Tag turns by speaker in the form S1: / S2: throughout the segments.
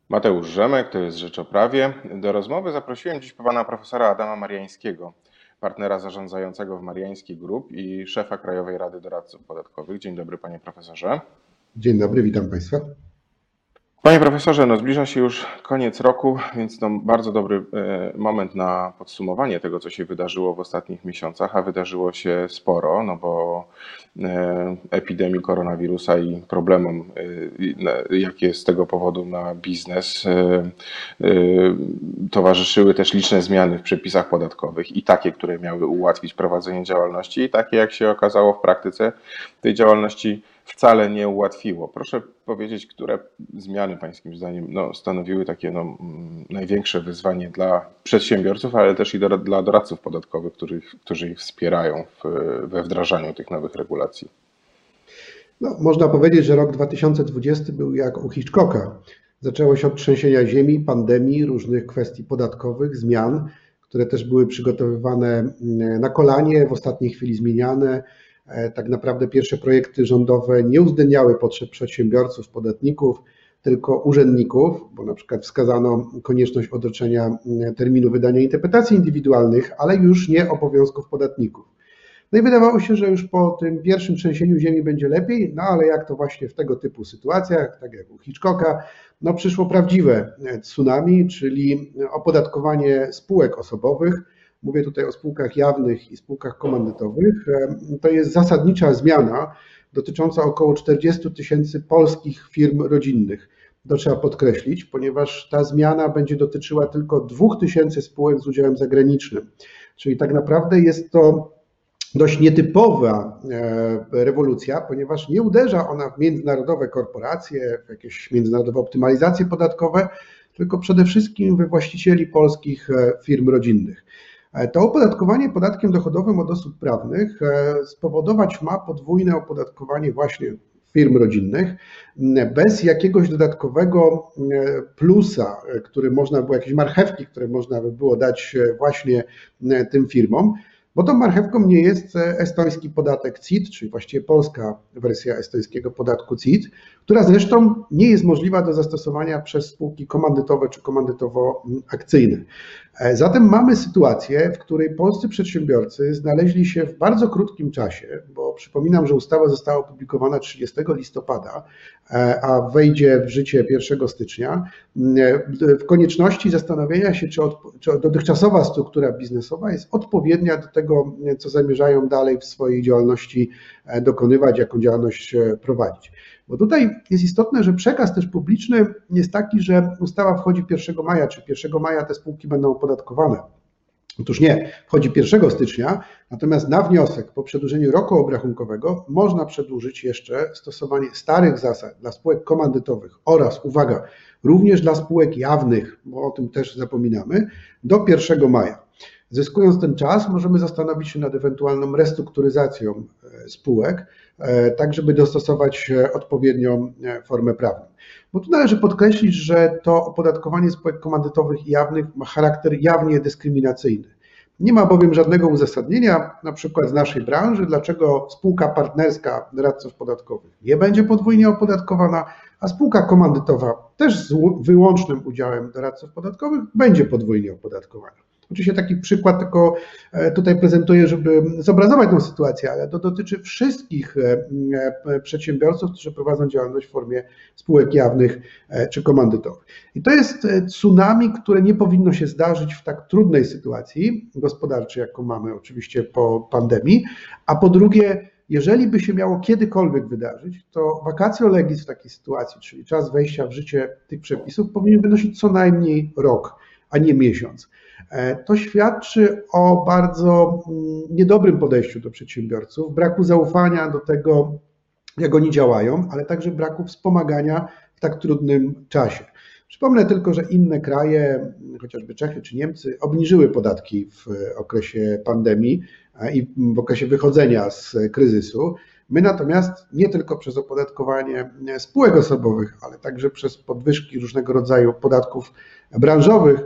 S1: Mateusz Rzemek, to jest Rzecz o Prawie. Do rozmowy zaprosiłem dziś pana profesora Adama Mariańskiego, partnera zarządzającego w Mariański Group i szefa Krajowej Rady Doradców Podatkowych. Dzień dobry, panie profesorze.
S2: Dzień dobry, witam Państwa.
S1: Panie profesorze, zbliża się już koniec roku, więc to bardzo dobry moment na podsumowanie tego, co się wydarzyło w ostatnich miesiącach, a wydarzyło się sporo, no bo epidemii koronawirusa i problemom, jakie z tego powodu na biznes, towarzyszyły też liczne zmiany w przepisach podatkowych i takie, które miały ułatwić prowadzenie działalności i takie, jak się okazało w praktyce, tej działalności wcale nie ułatwiło. Proszę powiedzieć, które zmiany pańskim zdaniem stanowiły takie największe wyzwanie dla przedsiębiorców, ale też i dla doradców podatkowych, którzy ich wspierają we wdrażaniu tych nowych regulacji.
S2: Można powiedzieć, że rok 2020 był jak u Hitchcocka. Zaczęło się od trzęsienia ziemi, pandemii, różnych kwestii podatkowych, zmian, które też były przygotowywane na kolanie, w ostatniej chwili zmieniane. Tak naprawdę pierwsze projekty rządowe nie uwzględniały potrzeb przedsiębiorców, podatników, tylko urzędników, bo na przykład wskazano konieczność odroczenia terminu wydania interpretacji indywidualnych, ale już nie obowiązków podatników. No i wydawało się, że już po tym pierwszym trzęsieniu ziemi będzie lepiej, ale jak to właśnie w tego typu sytuacjach, tak jak u Hitchcocka, przyszło prawdziwe tsunami, czyli opodatkowanie spółek osobowych. Mówię tutaj o spółkach jawnych i spółkach komandytowych. To jest zasadnicza zmiana dotycząca około 40 000 polskich firm rodzinnych. To trzeba podkreślić, ponieważ ta zmiana będzie dotyczyła tylko 2000 spółek z udziałem zagranicznym. Czyli tak naprawdę jest to dość nietypowa rewolucja, ponieważ nie uderza ona w międzynarodowe korporacje, w jakieś międzynarodowe optymalizacje podatkowe, tylko przede wszystkim we właścicieli polskich firm rodzinnych. To opodatkowanie podatkiem dochodowym od osób prawnych spowodować ma podwójne opodatkowanie właśnie firm rodzinnych, bez jakiegoś dodatkowego plusa, który można było, jakieś marchewki, które można by było dać właśnie tym firmom, bo tą marchewką nie jest estoński podatek CIT, czyli właściwie polska wersja estońskiego podatku CIT, która zresztą nie jest możliwa do zastosowania przez spółki komandytowe czy komandytowo-akcyjne. Zatem mamy sytuację, w której polscy przedsiębiorcy znaleźli się w bardzo krótkim czasie, bo przypominam, że ustawa została opublikowana 30 listopada, a wejdzie w życie 1 stycznia, w konieczności zastanowienia się, czy dotychczasowa struktura biznesowa jest odpowiednia do tego, co zamierzają dalej w swojej działalności dokonywać, jaką działalność prowadzić. Bo tutaj jest istotne, że przekaz też publiczny jest taki, że ustawa wchodzi 1 maja, czy 1 maja te spółki będą opodatkowane. Otóż nie, wchodzi 1 stycznia, natomiast na wniosek po przedłużeniu roku obrachunkowego można przedłużyć jeszcze stosowanie starych zasad dla spółek komandytowych oraz, uwaga, również dla spółek jawnych, bo o tym też zapominamy, do 1 maja. Zyskując ten czas, możemy zastanowić się nad ewentualną restrukturyzacją spółek, tak żeby dostosować odpowiednią formę prawną. Bo tu należy podkreślić, że to opodatkowanie spółek komandytowych i jawnych ma charakter jawnie dyskryminacyjny. Nie ma bowiem żadnego uzasadnienia, na przykład z naszej branży, dlaczego spółka partnerska doradców podatkowych nie będzie podwójnie opodatkowana, a spółka komandytowa też z wyłącznym udziałem doradców podatkowych będzie podwójnie opodatkowana. Oczywiście taki przykład tylko tutaj prezentuję, żeby zobrazować tę sytuację, ale to dotyczy wszystkich przedsiębiorców, którzy prowadzą działalność w formie spółek jawnych czy komandytowych. I to jest tsunami, które nie powinno się zdarzyć w tak trudnej sytuacji gospodarczej, jaką mamy oczywiście po pandemii, a po drugie, jeżeli by się miało kiedykolwiek wydarzyć, to vacatio legis w takiej sytuacji, czyli czas wejścia w życie tych przepisów, powinien wynosić co najmniej rok, a nie miesiąc. To świadczy o bardzo niedobrym podejściu do przedsiębiorców, braku zaufania do tego, jak oni działają, ale także braku wspomagania w tak trudnym czasie. Przypomnę tylko, że inne kraje, chociażby Czechy czy Niemcy, obniżyły podatki w okresie pandemii i w okresie wychodzenia z kryzysu. My natomiast nie tylko przez opodatkowanie spółek osobowych, ale także przez podwyżki różnego rodzaju podatków branżowych,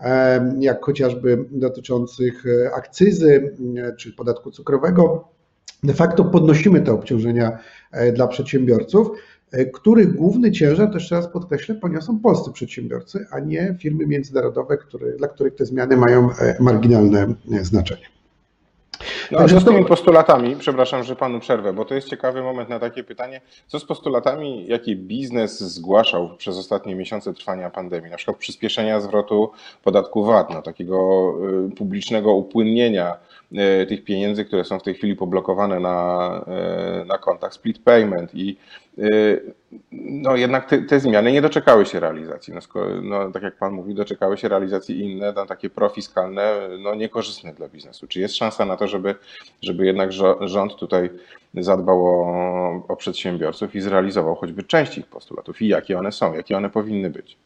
S2: jak chociażby dotyczących akcyzy czy podatku cukrowego, de facto podnosimy te obciążenia dla przedsiębiorców których główny ciężar, to jeszcze raz podkreślę, poniosą polscy przedsiębiorcy, a nie firmy międzynarodowe, dla których te zmiany mają marginalne znaczenie.
S1: No a co z tymi postulatami, przepraszam, że panu przerwę, bo to jest ciekawy moment na takie pytanie, co z postulatami, jakie biznes zgłaszał przez ostatnie miesiące trwania pandemii, na przykład przyspieszenia zwrotu podatku VAT, no, takiego publicznego upłynnienia tych pieniędzy, które są w tej chwili poblokowane na kontach, split payment i no jednak te zmiany nie doczekały się realizacji. No, tak jak pan mówi, doczekały się realizacji inne, takie profiskalne, no niekorzystne dla biznesu. Czy jest szansa na to, żeby jednak rząd tutaj zadbał o przedsiębiorców i zrealizował choćby część ich postulatów i jakie one są, jakie one powinny być?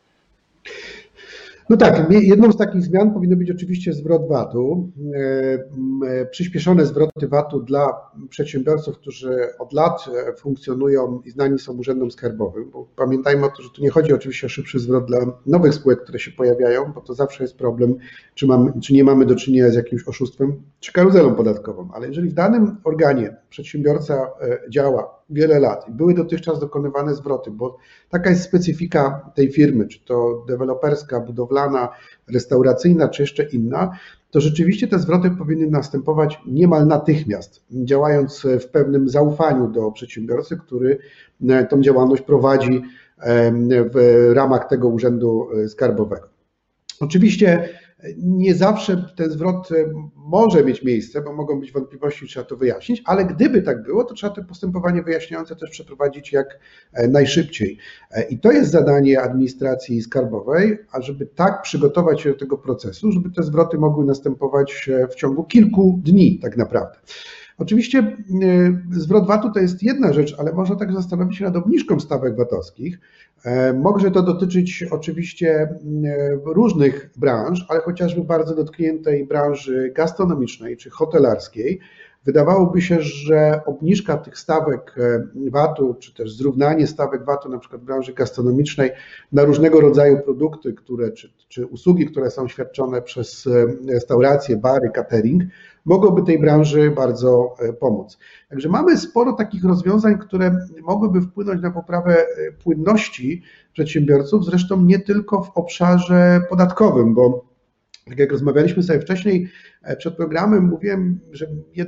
S2: No tak, jedną z takich zmian powinno być oczywiście zwrot VAT-u, przyspieszone zwroty VAT-u dla przedsiębiorców, którzy od lat funkcjonują i znani są urzędom skarbowym, bo pamiętajmy o tym, że tu nie chodzi oczywiście o szybszy zwrot dla nowych spółek, które się pojawiają, bo to zawsze jest problem, czy nie mamy do czynienia z jakimś oszustwem, czy karuzelą podatkową, ale jeżeli w danym organie przedsiębiorca działa wiele lat i były dotychczas dokonywane zwroty, bo taka jest specyfika tej firmy, czy to deweloperska, budowlana, restauracyjna, czy jeszcze inna, to rzeczywiście te zwroty powinny następować niemal natychmiast, działając w pewnym zaufaniu do przedsiębiorcy, który tą działalność prowadzi w ramach tego urzędu skarbowego. Oczywiście nie zawsze ten zwrot może mieć miejsce, bo mogą być wątpliwości, trzeba to wyjaśnić, ale gdyby tak było, to trzeba to postępowanie wyjaśniające też przeprowadzić jak najszybciej. I to jest zadanie administracji skarbowej, ażeby tak przygotować się do tego procesu, żeby te zwroty mogły następować w ciągu kilku dni tak naprawdę. Oczywiście zwrot VAT-u to jest jedna rzecz, ale można także zastanowić się nad obniżką stawek VAT-owskich. Może to dotyczyć oczywiście różnych branż, ale chociażby bardzo dotkniętej branży gastronomicznej czy hotelarskiej. Wydawałoby się, że obniżka tych stawek VAT-u, czy też zrównanie stawek VAT-u na przykład w branży gastronomicznej na różnego rodzaju produkty, czy usługi, które są świadczone przez restauracje, bary, catering, mogłoby tej branży bardzo pomóc. Także mamy sporo takich rozwiązań, które mogłyby wpłynąć na poprawę płynności przedsiębiorców, zresztą nie tylko w obszarze podatkowym, bo tak jak rozmawialiśmy sobie wcześniej przed programem, mówiłem, że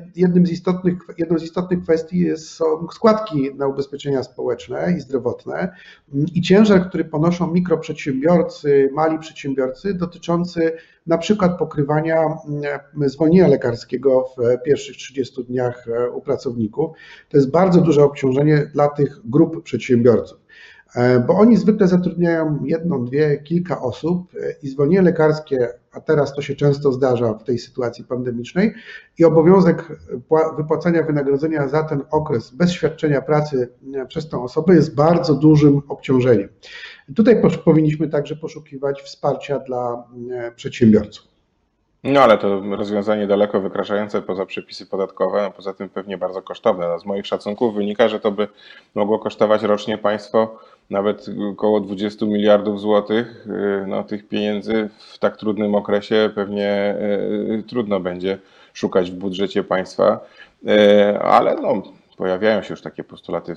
S2: jedną z istotnych kwestii są składki na ubezpieczenia społeczne i zdrowotne i ciężar, który ponoszą mikroprzedsiębiorcy, mali przedsiębiorcy dotyczący na przykład pokrywania zwolnienia lekarskiego w pierwszych 30 dniach u pracowników. To jest bardzo duże obciążenie dla tych grup przedsiębiorców, bo oni zwykle zatrudniają jedną, dwie, kilka osób i zwolnienie lekarskie, a teraz to się często zdarza w tej sytuacji pandemicznej, i obowiązek wypłacania wynagrodzenia za ten okres bez świadczenia pracy przez tą osobę jest bardzo dużym obciążeniem. Tutaj powinniśmy także poszukiwać wsparcia dla przedsiębiorców.
S1: No ale to rozwiązanie daleko wykraczające poza przepisy podatkowe, a poza tym pewnie bardzo kosztowne. No, z moich szacunków wynika, że to by mogło kosztować rocznie państwo nawet około 20 miliardów złotych. No, tych pieniędzy w tak trudnym okresie pewnie trudno będzie szukać w budżecie państwa, ale no, pojawiają się już takie postulaty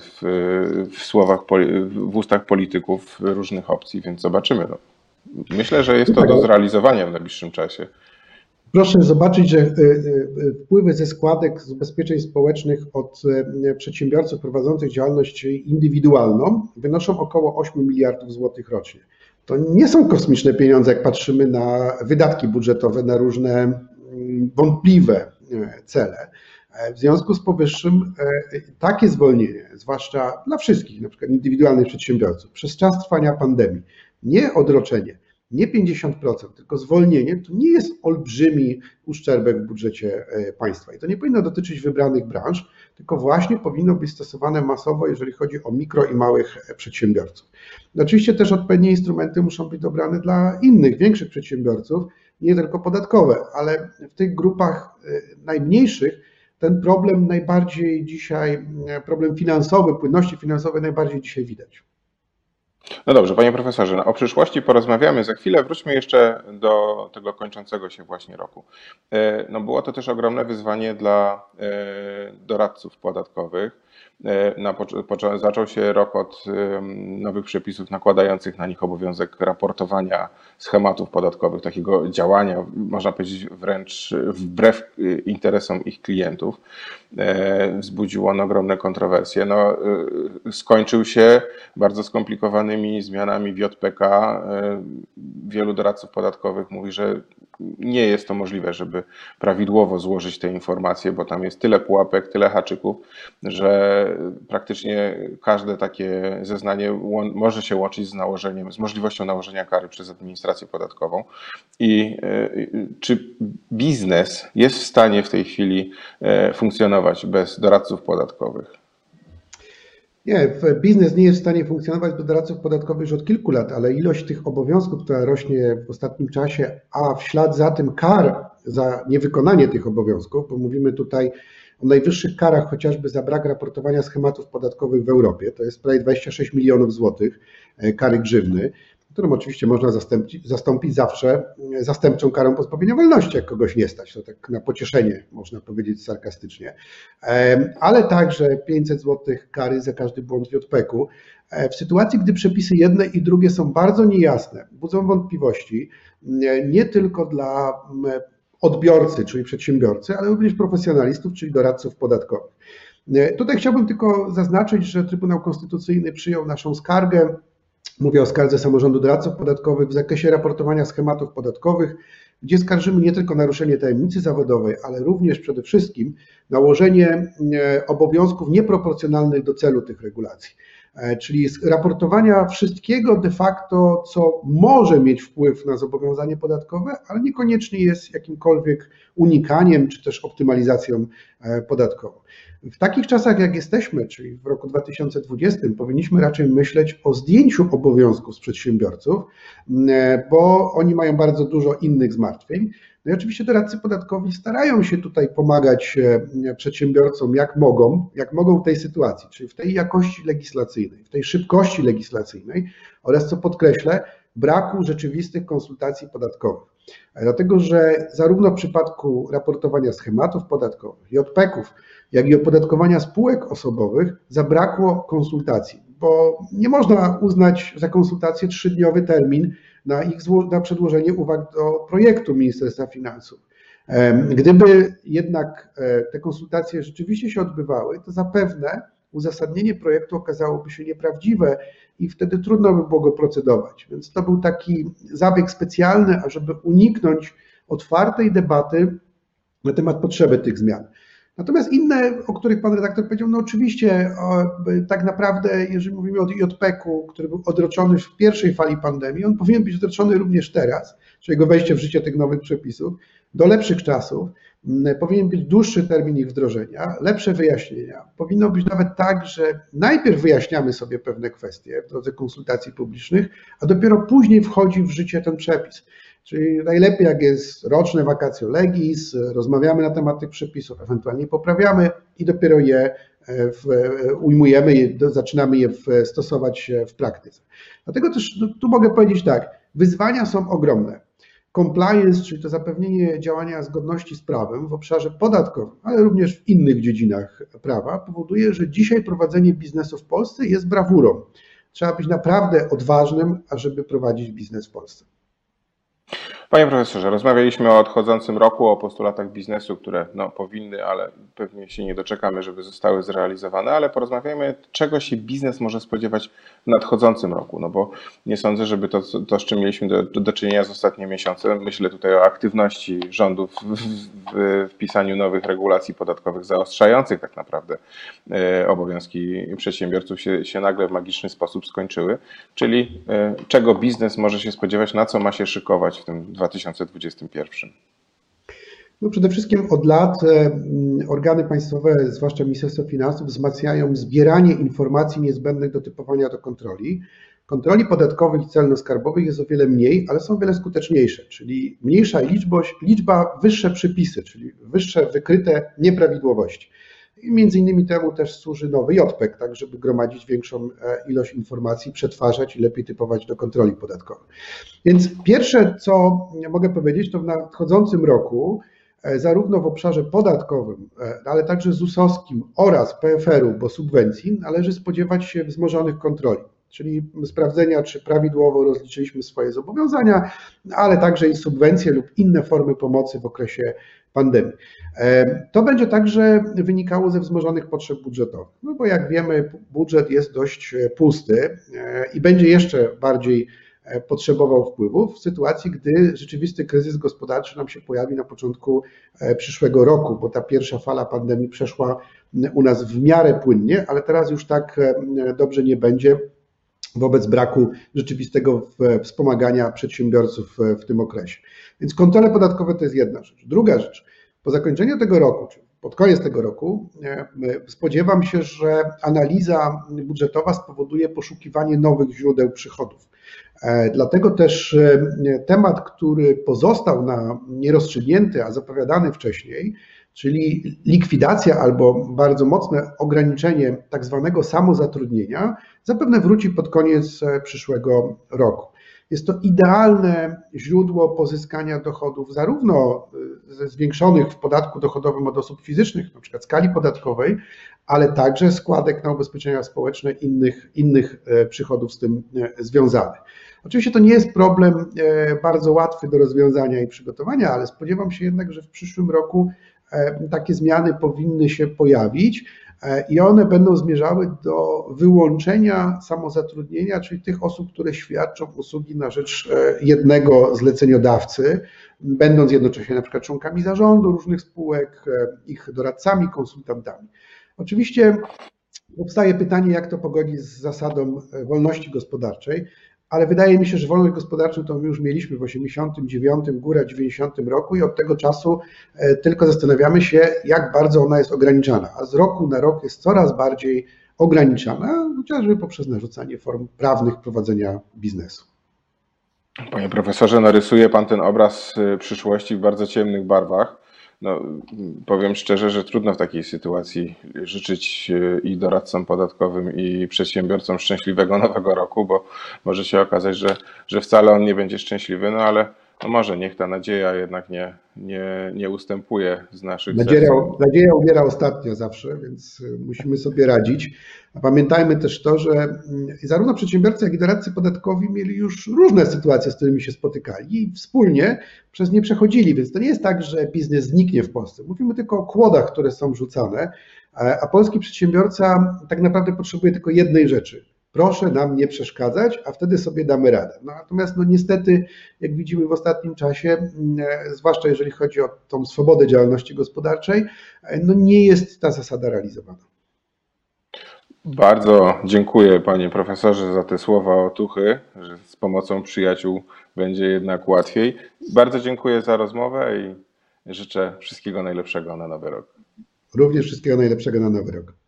S1: w ustach polityków różnych opcji, więc zobaczymy. No. Myślę, że jest to do zrealizowania w najbliższym czasie.
S2: Proszę zobaczyć, że wpływy ze składek z ubezpieczeń społecznych od przedsiębiorców prowadzących działalność indywidualną wynoszą około 8 miliardów złotych rocznie. To nie są kosmiczne pieniądze, jak patrzymy na wydatki budżetowe, na różne wątpliwe cele. W związku z powyższym takie zwolnienie, zwłaszcza dla wszystkich, na przykład indywidualnych przedsiębiorców, przez czas trwania pandemii, nie odroczenie, nie 50%, tylko zwolnienie, to nie jest olbrzymi uszczerbek w budżecie państwa. I to nie powinno dotyczyć wybranych branż, tylko właśnie powinno być stosowane masowo, jeżeli chodzi o mikro i małych przedsiębiorców. Oczywiście też odpowiednie instrumenty muszą być dobrane dla innych, większych przedsiębiorców, nie tylko podatkowe, ale w tych grupach najmniejszych ten problem najbardziej dzisiaj, problem finansowy, płynności finansowej najbardziej dzisiaj widać.
S1: No dobrze, panie profesorze, no o przyszłości porozmawiamy za chwilę. Wróćmy jeszcze do tego kończącego się właśnie roku. No było to też ogromne wyzwanie dla doradców podatkowych. Zaczął się rok od nowych przepisów nakładających na nich obowiązek raportowania schematów podatkowych, takiego działania, można powiedzieć, wręcz wbrew interesom ich klientów. Wzbudził on ogromne kontrowersje. Skończył się bardzo skomplikowanymi zmianami w JPK. Wielu doradców podatkowych mówi, że nie jest to możliwe, żeby prawidłowo złożyć te informacje, bo tam jest tyle pułapek, tyle haczyków, że praktycznie każde takie zeznanie może się łączyć z możliwością nałożenia kary przez administrację podatkową. I czy biznes jest w stanie w tej chwili funkcjonować bez doradców podatkowych?
S2: Nie, biznes nie jest w stanie funkcjonować bez doradców podatkowych już od kilku lat, ale ilość tych obowiązków, która rośnie w ostatnim czasie, a w ślad za tym kar za niewykonanie tych obowiązków, bo mówimy tutaj o najwyższych karach chociażby za brak raportowania schematów podatkowych w Europie, to jest prawie 26 milionów złotych kary grzywny, którą oczywiście można zastąpić zawsze zastępczą karą pozbawienia wolności, jak kogoś nie stać. To tak na pocieszenie można powiedzieć sarkastycznie. Ale także 500 złotych kary za każdy błąd w JPK-u. W sytuacji, gdy przepisy jedne i drugie są bardzo niejasne, budzą wątpliwości nie tylko dla odbiorcy, czyli przedsiębiorcy, ale również profesjonalistów, czyli doradców podatkowych. Tutaj chciałbym tylko zaznaczyć, że Trybunał Konstytucyjny przyjął naszą skargę. Mówię o skardze samorządu doradców podatkowych w zakresie raportowania schematów podatkowych, gdzie skarżymy nie tylko naruszenie tajemnicy zawodowej, ale również przede wszystkim nałożenie obowiązków nieproporcjonalnych do celu tych regulacji. Czyli raportowania wszystkiego de facto, co może mieć wpływ na zobowiązanie podatkowe, ale niekoniecznie jest jakimkolwiek unikaniem czy też optymalizacją podatkową. W takich czasach, jak jesteśmy, czyli w roku 2020, powinniśmy raczej myśleć o zdjęciu obowiązków z przedsiębiorców, bo oni mają bardzo dużo innych zmartwień. No i oczywiście doradcy podatkowi starają się tutaj pomagać przedsiębiorcom jak mogą w tej sytuacji, czyli w tej jakości legislacyjnej, w tej szybkości legislacyjnej oraz, co podkreślę, braku rzeczywistych konsultacji podatkowych. Dlatego, że zarówno w przypadku raportowania schematów podatkowych, JPK-ów, jak i opodatkowania spółek osobowych zabrakło konsultacji, bo nie można uznać za konsultację 3-dniowy termin na przedłożenie uwag do projektu Ministerstwa Finansów. Gdyby jednak te konsultacje rzeczywiście się odbywały, to zapewne uzasadnienie projektu okazałoby się nieprawdziwe i wtedy trudno by było go procedować. Więc to był taki zabieg specjalny, ażeby uniknąć otwartej debaty na temat potrzeby tych zmian. Natomiast inne, o których pan redaktor powiedział, no oczywiście tak naprawdę, jeżeli mówimy o JPK-u, który był odroczony w pierwszej fali pandemii, on powinien być odroczony również teraz, czyli jego wejście w życie tych nowych przepisów, do lepszych czasów. Powinien być dłuższy termin ich wdrożenia, lepsze wyjaśnienia. Powinno być nawet tak, że najpierw wyjaśniamy sobie pewne kwestie w drodze konsultacji publicznych, a dopiero później wchodzi w życie ten przepis. Czyli najlepiej, jak jest roczne vacatio legis, rozmawiamy na temat tych przepisów, ewentualnie poprawiamy i dopiero je ujmujemy, zaczynamy je stosować w praktyce. Dlatego też tu mogę powiedzieć tak, wyzwania są ogromne. Compliance, czyli to zapewnienie działania zgodności z prawem w obszarze podatkowym, ale również w innych dziedzinach prawa, powoduje, że dzisiaj prowadzenie biznesu w Polsce jest brawurą. Trzeba być naprawdę odważnym, ażeby prowadzić biznes w Polsce.
S1: Panie profesorze, rozmawialiśmy o odchodzącym roku, o postulatach biznesu, które powinny, ale pewnie się nie doczekamy, żeby zostały zrealizowane, ale porozmawiajmy, czego się biznes może spodziewać w nadchodzącym roku, no bo nie sądzę, żeby to z czym mieliśmy do czynienia z ostatnimi miesiące, myślę tutaj o aktywności rządu w pisaniu nowych regulacji podatkowych zaostrzających tak naprawdę obowiązki przedsiębiorców się nagle w magiczny sposób skończyły, czyli czego biznes może się spodziewać, na co ma się szykować w tym 2021?
S2: No przede wszystkim od lat organy państwowe, zwłaszcza Ministerstwo Finansów, wzmacniają zbieranie informacji niezbędnych do typowania do kontroli. Kontroli podatkowych i celno-skarbowych jest o wiele mniej, ale są o wiele skuteczniejsze, czyli mniejsza liczba, wyższe przypisy, czyli wyższe wykryte nieprawidłowości. I między innymi temu też służy nowy JPK, tak żeby gromadzić większą ilość informacji, przetwarzać i lepiej typować do kontroli podatkowej. Więc pierwsze, co mogę powiedzieć, to w nadchodzącym roku zarówno w obszarze podatkowym, ale także ZUS-owskim oraz PFR-u, bo subwencji, należy spodziewać się wzmożonych kontroli, czyli sprawdzenia, czy prawidłowo rozliczyliśmy swoje zobowiązania, ale także i subwencje lub inne formy pomocy w okresie pandemii. To będzie także wynikało ze wzmożonych potrzeb budżetowych, no bo jak wiemy, budżet jest dość pusty i będzie jeszcze bardziej potrzebował wpływów w sytuacji, gdy rzeczywisty kryzys gospodarczy nam się pojawi na początku przyszłego roku, bo ta pierwsza fala pandemii przeszła u nas w miarę płynnie, ale teraz już tak dobrze nie będzie wobec braku rzeczywistego wspomagania przedsiębiorców w tym okresie. Więc kontrole podatkowe to jest jedna rzecz. Druga rzecz, po zakończeniu tego roku, czy pod koniec tego roku, spodziewam się, że analiza budżetowa spowoduje poszukiwanie nowych źródeł przychodów. Dlatego też temat, który pozostał nierozstrzygnięty, a zapowiadany wcześniej, czyli likwidacja albo bardzo mocne ograniczenie tak zwanego samozatrudnienia, zapewne wróci pod koniec przyszłego roku. Jest to idealne źródło pozyskania dochodów, zarówno ze zwiększonych w podatku dochodowym od osób fizycznych, na przykład skali podatkowej, ale także składek na ubezpieczenia społeczne, innych przychodów z tym związanych. Oczywiście to nie jest problem bardzo łatwy do rozwiązania i przygotowania, ale spodziewam się jednak, że w przyszłym roku takie zmiany powinny się pojawić i one będą zmierzały do wyłączenia samozatrudnienia, czyli tych osób, które świadczą usługi na rzecz jednego zleceniodawcy, będąc jednocześnie na przykład członkami zarządu różnych spółek, ich doradcami, konsultantami. Oczywiście powstaje pytanie, jak to pogodzić z zasadą wolności gospodarczej, ale wydaje mi się, że wolność gospodarczą to my już mieliśmy w 89, góra 90 roku i od tego czasu tylko zastanawiamy się, jak bardzo ona jest ograniczana, a z roku na rok jest coraz bardziej ograniczana, chociażby poprzez narzucanie form prawnych prowadzenia biznesu.
S1: Panie profesorze, narysuje pan ten obraz przyszłości w bardzo ciemnych barwach. No, powiem szczerze, że trudno w takiej sytuacji życzyć i doradcom podatkowym, i przedsiębiorcom szczęśliwego nowego roku, bo może się okazać, że wcale on nie będzie szczęśliwy, no ale no może niech ta nadzieja jednak nie ustępuje z naszych serc.
S2: Nadzieja umiera ostatnio zawsze, więc musimy sobie radzić. A pamiętajmy też to, że zarówno przedsiębiorcy, jak i doradcy podatkowi mieli już różne sytuacje, z którymi się spotykali i wspólnie przez nie przechodzili, więc to nie jest tak, że biznes zniknie w Polsce. Mówimy tylko o kłodach, które są rzucane, a polski przedsiębiorca tak naprawdę potrzebuje tylko jednej rzeczy. Proszę nam nie przeszkadzać, a wtedy sobie damy radę. No, natomiast no niestety, jak widzimy w ostatnim czasie, zwłaszcza jeżeli chodzi o tą swobodę działalności gospodarczej, no nie jest ta zasada realizowana.
S1: Bardzo dziękuję panie profesorze za te słowa otuchy, że z pomocą przyjaciół będzie jednak łatwiej. Bardzo dziękuję za rozmowę i życzę wszystkiego najlepszego na nowy rok.
S2: Również wszystkiego najlepszego na nowy rok.